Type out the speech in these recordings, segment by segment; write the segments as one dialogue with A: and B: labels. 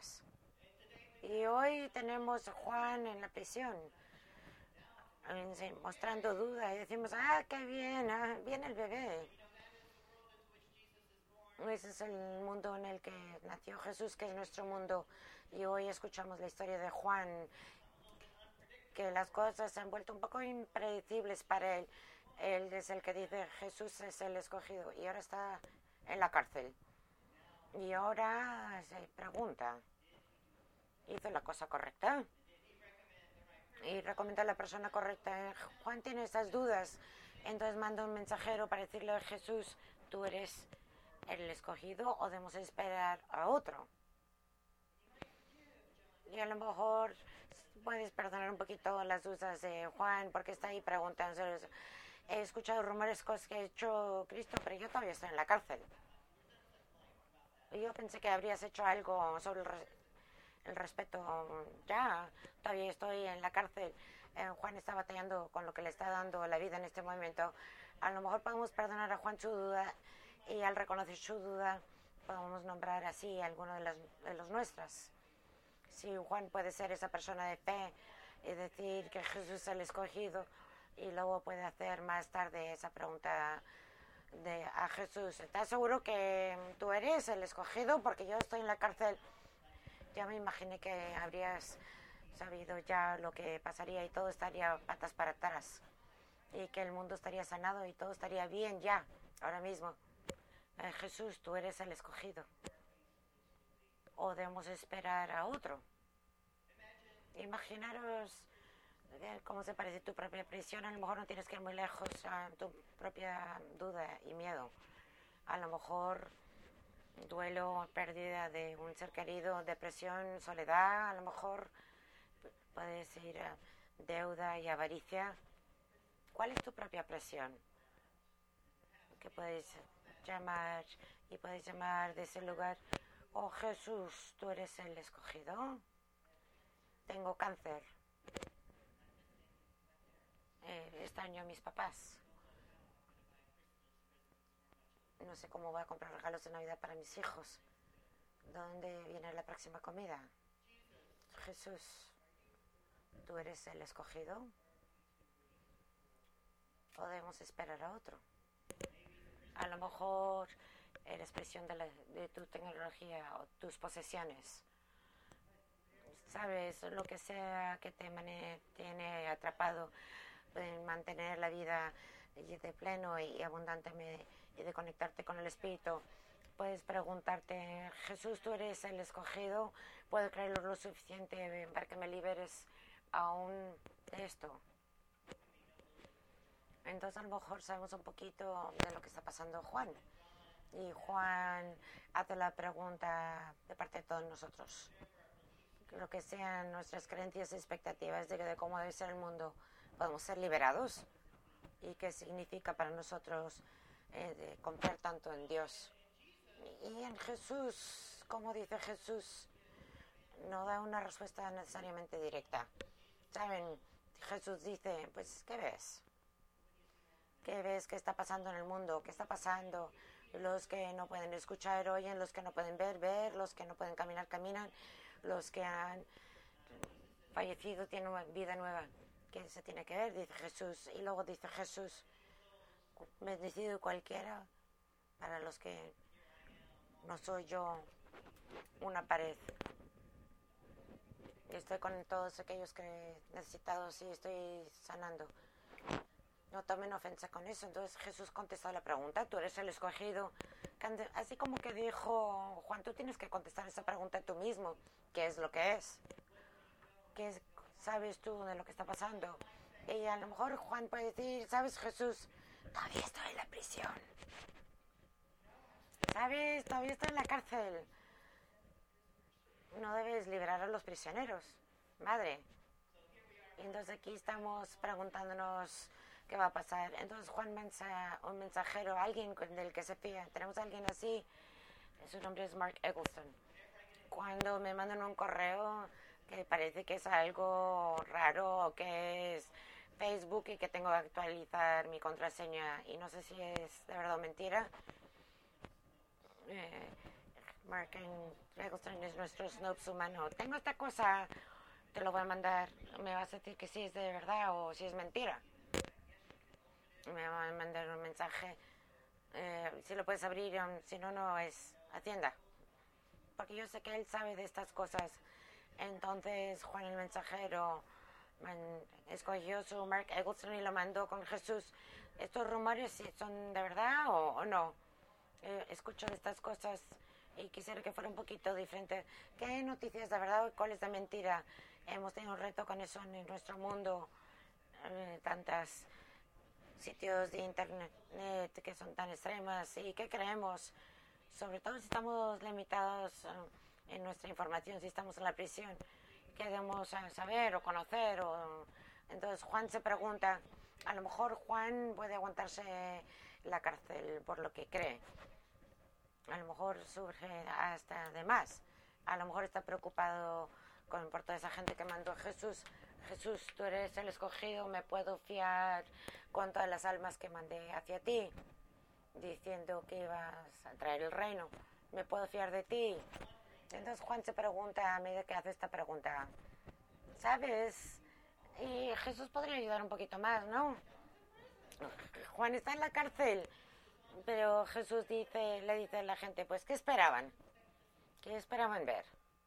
A: dudas. Y hoy tenemos a Juan en la prisión, mostrando duda, y decimos, qué bien, viene el bebé. Ese es el mundo en el que nació Jesús, que es nuestro mundo. Y hoy escuchamos la historia de Juan, que las cosas se han vuelto un poco impredecibles para él. Él es el que dice, Jesús es el escogido, y ahora está en la cárcel. Y ahora se pregunta, ¿hizo la cosa correcta? Y recomienda a la persona correcta. Juan tiene esas dudas, entonces manda un mensajero para decirle a Jesús, tú eres el escogido o debemos esperar a otro. Y a lo mejor puedes perdonar un poquito las dudas de Juan porque está ahí preguntando. He escuchado rumores cosas que ha hecho Cristo, pero yo todavía estoy en la cárcel. Y yo pensé que habrías hecho algo sobre el respeto. Ya, todavía estoy en la cárcel. Juan está batallando con lo que le está dando la vida en este momento. A lo mejor podemos perdonar a Juan su duda, y al reconocer su duda podemos nombrar así a alguno de los nuestros. Si Juan puede ser esa persona de fe y decir que Jesús es el escogido, y luego puede hacer más tarde esa pregunta a Jesús, ¿estás seguro que tú eres el escogido? Porque yo estoy en la cárcel. Ya me imaginé que habrías sabido ya lo que pasaría y todo estaría patas para atrás y que el mundo estaría sanado y todo estaría bien ya, ahora mismo. Jesús, tú eres el escogido. ¿O debemos esperar a otro? Imaginaros cómo se parece tu propia prisión. A lo mejor no tienes que ir muy lejos a tu propia duda y miedo. A lo mejor duelo, pérdida de un ser querido, depresión, soledad. A lo mejor puedes ir a deuda y avaricia. ¿Cuál es tu propia presión? Que puedes llamar, y puedes llamar de ese lugar, oh Jesús, tú eres el escogido. Tengo cáncer. Extraño a mis papás. No sé cómo voy a comprar regalos de Navidad para mis hijos. ¿Dónde viene la próxima comida? Jesús, ¿tú eres el escogido? ¿O debemos esperar a otro? A lo mejor eres presión de tu tecnología o tus posesiones. Sabes, lo que sea que te tiene atrapado en mantener la vida de pleno y abundante y de conectarte con el Espíritu. Puedes preguntarte, Jesús, tú eres el escogido, puedo creerlo lo suficiente para que me liberes aún de esto. Entonces a lo mejor sabemos un poquito de lo que está pasando Juan. Y Juan hace la pregunta de parte de todos nosotros. Lo que sean nuestras creencias y expectativas de cómo debe ser el mundo, podemos ser liberados. ¿Y qué significa para nosotros confiar tanto en Dios? Y en Jesús, como dice Jesús, no da una respuesta necesariamente directa. ¿Saben? Jesús dice, pues, ¿qué ves? ¿Qué ves que está pasando en el mundo? ¿Qué está pasando? Los que no pueden escuchar, oyen, los que no pueden ver, los que no pueden caminar, caminan, los que han fallecido tienen una vida nueva. ¿Qué se tiene que ver? Dice Jesús. Y luego dice Jesús, bendecido cualquiera para los que no soy yo una pared. Estoy con todos aquellos que necesitados y estoy sanando. No tomen ofensa con eso. Entonces Jesús contestó la pregunta, tú eres el escogido. Así como que dijo Juan, tú tienes que contestar esa pregunta tú mismo. ¿Qué es lo que es? ¿Qué sabes tú de lo que está pasando? Y a lo mejor Juan puede decir, ¿sabes, Jesús? Todavía estoy en la prisión. ¿Sabes? Todavía estoy en la cárcel. No debes liberar a los prisioneros, madre. Y entonces aquí estamos preguntándonos qué va a pasar. Entonces Juan un mensajero, alguien del que se fía. Tenemos a alguien así. Su nombre es Mark Eggleston. Cuando me mandan un correo que parece que es algo raro o que es Facebook y que tengo que actualizar mi contraseña y no sé si es de verdad o mentira. Mark Eggleston es nuestro Snopes humano. Tengo esta cosa, te lo voy a mandar. Me vas a decir que sí es de verdad o si es mentira. Me va a mandar un mensaje. Si lo puedes abrir, si no, no es Hacienda. Porque yo sé que él sabe de estas cosas. Entonces Juan el mensajero escogió su Mark Eggleston y lo mandó con Jesús. ¿Estos rumores son de verdad o no? Escucho de estas cosas y quisiera que fuera un poquito diferente. ¿Qué noticias de verdad y cuáles de mentira? Hemos tenido un reto con eso en nuestro mundo. Tantos sitios de internet que son tan extremas. ¿Y qué creemos? Sobre todo si estamos limitados en nuestra información, si estamos en la prisión. ¿Qué debemos saber o conocer? Entonces Juan se pregunta, a lo mejor Juan puede aguantarse la cárcel por lo que cree. A lo mejor surge hasta de más. A lo mejor está preocupado por toda esa gente que mandó a Jesús. Jesús, tú eres el escogido, me puedo fiar con todas las almas que mandé hacia ti, diciendo que ibas a traer el reino. ¿Me puedo fiar de ti? Entonces Juan se pregunta, a medida que hace esta pregunta, ¿sabes? Y Jesús podría ayudar un poquito más, ¿no? Juan está en la cárcel, pero Jesús le dice a la gente, pues, ¿qué esperaban? ¿Qué esperaban ver?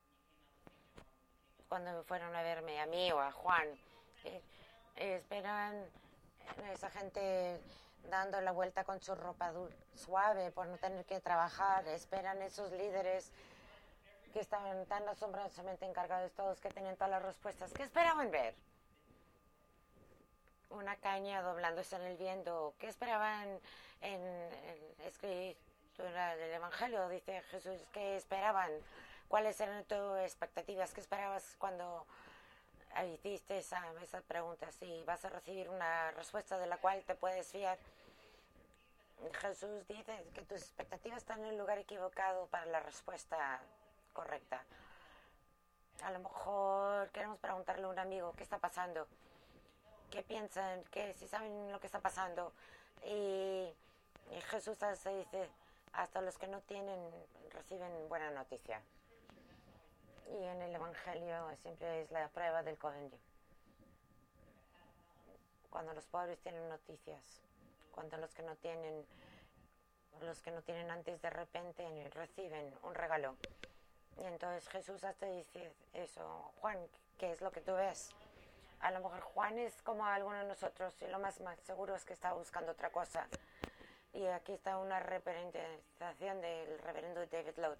A: Cuando fueron a verme a mí o a Juan, esperan esa gente dando la vuelta con su ropa suave por no tener que trabajar, esperan esos líderes que estaban tan asombrosamente encargados todos, que tenían todas las respuestas. ¿Qué esperaban ver? Una caña doblándose en el viento. ¿Qué esperaban en la escritura del Evangelio? Dice Jesús, ¿qué esperaban? ¿Cuáles eran tus expectativas? ¿Qué esperabas cuando hiciste esa pregunta? Si vas a recibir una respuesta de la cual te puedes fiar. Jesús dice que tus expectativas están en el lugar equivocado para la respuesta correcta. A lo mejor queremos preguntarle a un amigo qué está pasando, qué piensan, si saben lo que está pasando. Y Jesús dice, hasta los que no tienen reciben buena noticia. Y en el Evangelio siempre es la prueba del convenio. Cuando los pobres tienen noticias, cuando los que no tienen antes de repente reciben un regalo. Y entonces Jesús hasta dice eso, Juan, ¿qué es lo que tú ves? A lo mejor Juan es como alguno de nosotros y lo más seguro es que está buscando otra cosa. Y aquí está una representación del reverendo David Lode.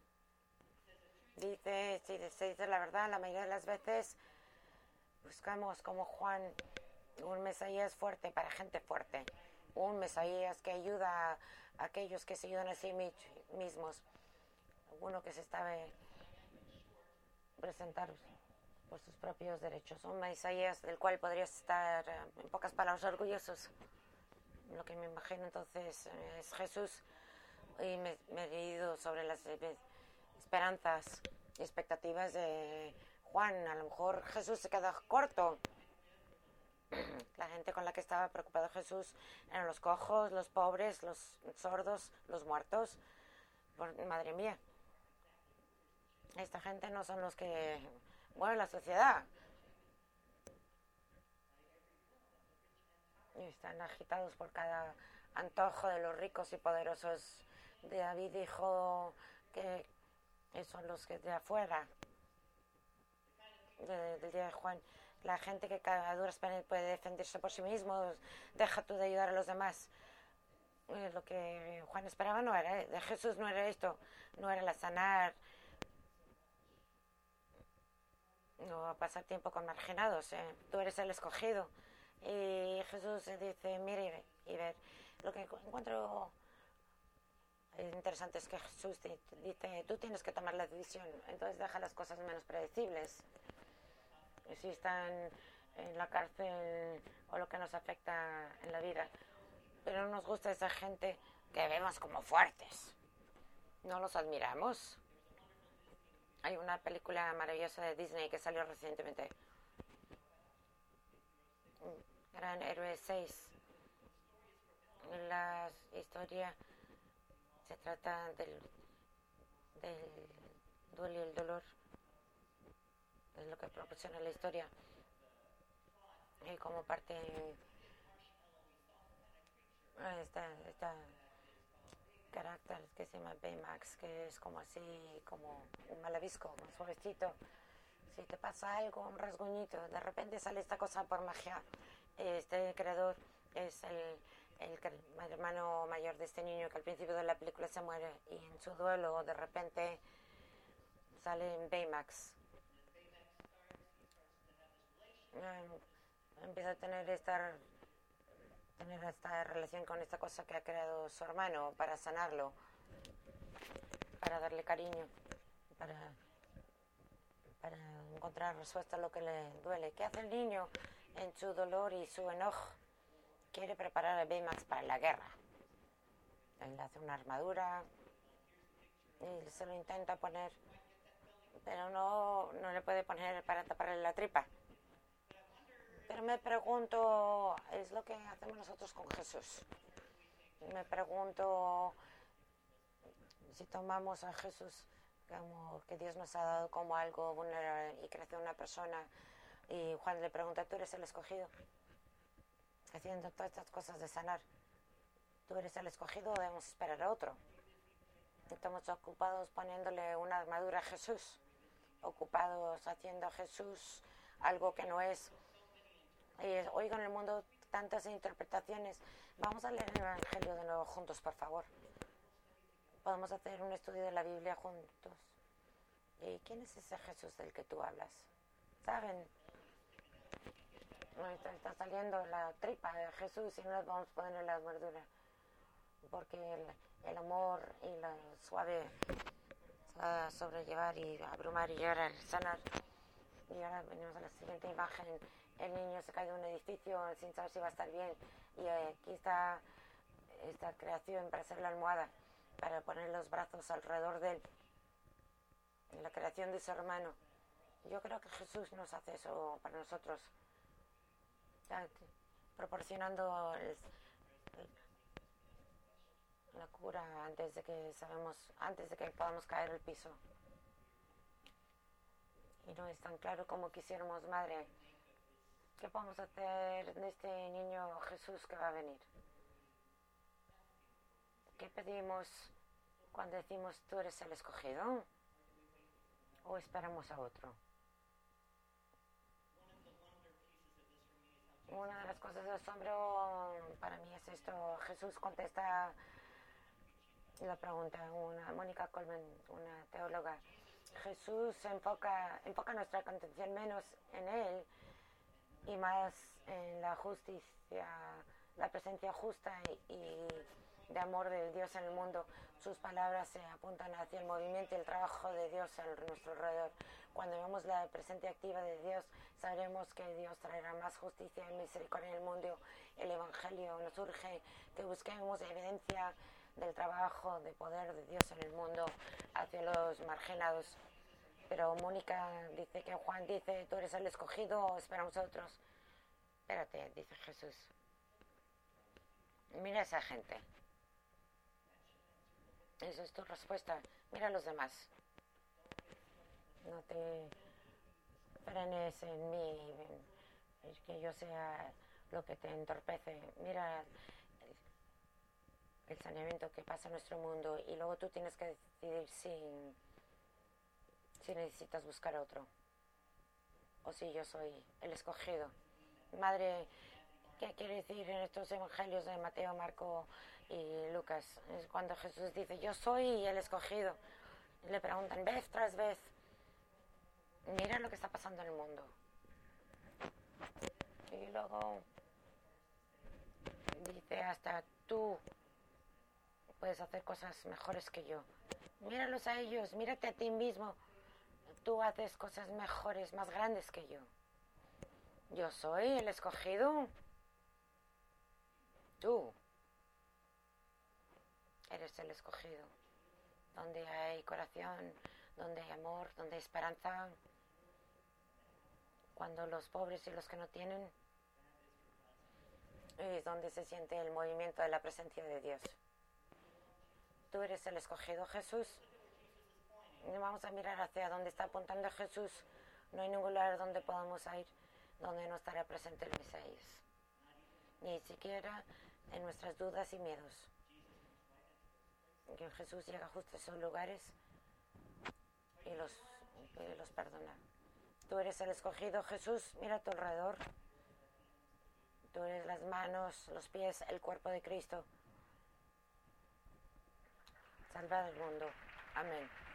A: Dice, si se dice la verdad, la mayoría de las veces buscamos como Juan un Mesías fuerte para gente fuerte. Un Mesías que ayuda a aquellos que se ayudan a sí mismos. Uno que se sabe presentar por sus propios derechos. Un Mesías del cual podrías estar, en pocas palabras, orgullosos. Lo que me imagino entonces es Jesús y medido sobre las esperanzas y expectativas de Juan. A lo mejor Jesús se queda corto. La gente con la que estaba preocupado Jesús eran los cojos, los pobres, los sordos, los muertos. Madre mía, esta gente no son los que mueven la sociedad. Y están agitados por cada antojo de los ricos y poderosos. David dijo que son los que de afuera del día de Juan. La gente que a duras penas puede defenderse por sí mismo, deja tú de ayudar a los demás. Lo que Juan esperaba no era, de Jesús no era esto, no era la sanar, no pasar tiempo con marginados. Tú eres el escogido. Y Jesús dice, mire y ver, lo que encuentro interesante es que Jesús dice, tú tienes que tomar la decisión, entonces deja las cosas menos predecibles. Si están en la cárcel o lo que nos afecta en la vida. Pero no nos gusta esa gente que vemos como fuertes. No los admiramos. Hay una película maravillosa de Disney que salió recientemente. Gran Héroe 6. La historia se trata del duelo y el dolor. Es lo que proporciona la historia. Y como parte esta carácter que se llama Baymax, que es como así, como un malvavisco, un suavecito. Si te pasa algo, un rasguñito, de repente sale esta cosa por magia. Este creador es el hermano mayor de este niño que al principio de la película se muere y en su duelo de repente sale en Baymax. Empieza a tener esta relación con esta cosa que ha creado su hermano para sanarlo, para darle cariño, para encontrar respuesta a lo que le duele. ¿Qué hace el niño en su dolor y su enojo? Quiere preparar a Baymax para la guerra. Él hace una armadura y se lo intenta poner, pero no le puede poner para taparle la tripa. Pero me pregunto, es lo que hacemos nosotros con Jesús. Me pregunto si tomamos a Jesús como que Dios nos ha dado como algo vulnerable y creció una persona y Juan le pregunta, ¿tú eres el escogido? Haciendo todas estas cosas de sanar. ¿Tú eres el escogido o debemos esperar a otro? Estamos ocupados poniéndole una armadura a Jesús, ocupados haciendo a Jesús algo que no es. Oigo en el mundo tantas interpretaciones. Vamos a leer el Evangelio de nuevo juntos, por favor. Podemos hacer un estudio de la Biblia juntos. ¿Y quién es ese Jesús del que tú hablas? ¿Saben? Está saliendo la tripa de Jesús y no les vamos a poner la armadura. Porque el amor y la suave se va a sobrellevar y abrumar y llegar a sanar. Y ahora venimos a la siguiente imagen. El niño se cae de un edificio sin saber si va a estar bien. Y aquí está esta creación para hacer la almohada, para poner los brazos alrededor de él. La creación de su hermano. Yo creo que Jesús nos hace eso para nosotros. Proporcionando la cura antes de que podamos caer al piso. Y no es tan claro como quisiéramos, madre. ¿Qué podemos hacer de este niño Jesús que va a venir? ¿Qué pedimos cuando decimos tú eres el escogido? ¿O esperamos a otro? Una de las cosas de asombro para mí es esto. Jesús contesta la pregunta, Mónica Coleman, una teóloga. Jesús enfoca nuestra atención menos en Él y más en la justicia, la presencia justa y de amor de Dios en el mundo. Sus palabras se apuntan hacia el movimiento y el trabajo de Dios a nuestro alrededor. Cuando vemos la presencia activa de Dios, sabremos que Dios traerá más justicia y misericordia en el mundo. El Evangelio nos urge que busquemos evidencia del trabajo de poder de Dios en el mundo hacia los marginados. Pero Mónica dice que Juan dice, tú eres el escogido o esperamos a otros. Espérate, dice Jesús. Mira a esa gente. Esa es tu respuesta. Mira a los demás. No te frenes en mí, que yo sea lo que te entorpece. Mira el saneamiento que pasa en nuestro mundo y luego tú tienes que decidir si necesitas buscar otro o si yo soy el escogido. Madre, ¿qué quiere decir en estos evangelios de Mateo, Marco y Lucas? Es cuando Jesús dice, yo soy el escogido. Y le preguntan vez tras vez, mira lo que está pasando en el mundo. Y luego dice, hasta tú puedes hacer cosas mejores que yo. Míralos a ellos, mírate a ti mismo. Tú haces cosas mejores, más grandes que yo. Yo soy el escogido. Tú eres el escogido. Donde hay corazón, donde hay amor, donde hay esperanza. Cuando los pobres y los que no tienen, es donde se siente el movimiento de la presencia de Dios. Tú eres el escogido, Jesús. Y vamos a mirar hacia donde está apuntando Jesús. No hay ningún lugar donde podamos ir donde no estará presente el Mesías. Ni siquiera en nuestras dudas y miedos. Que Jesús llega justo a esos lugares y los perdona. Tú eres el escogido, Jesús. Mira a tu alrededor. Tú eres las manos, los pies, el cuerpo de Cristo. Salva al mundo. Amén.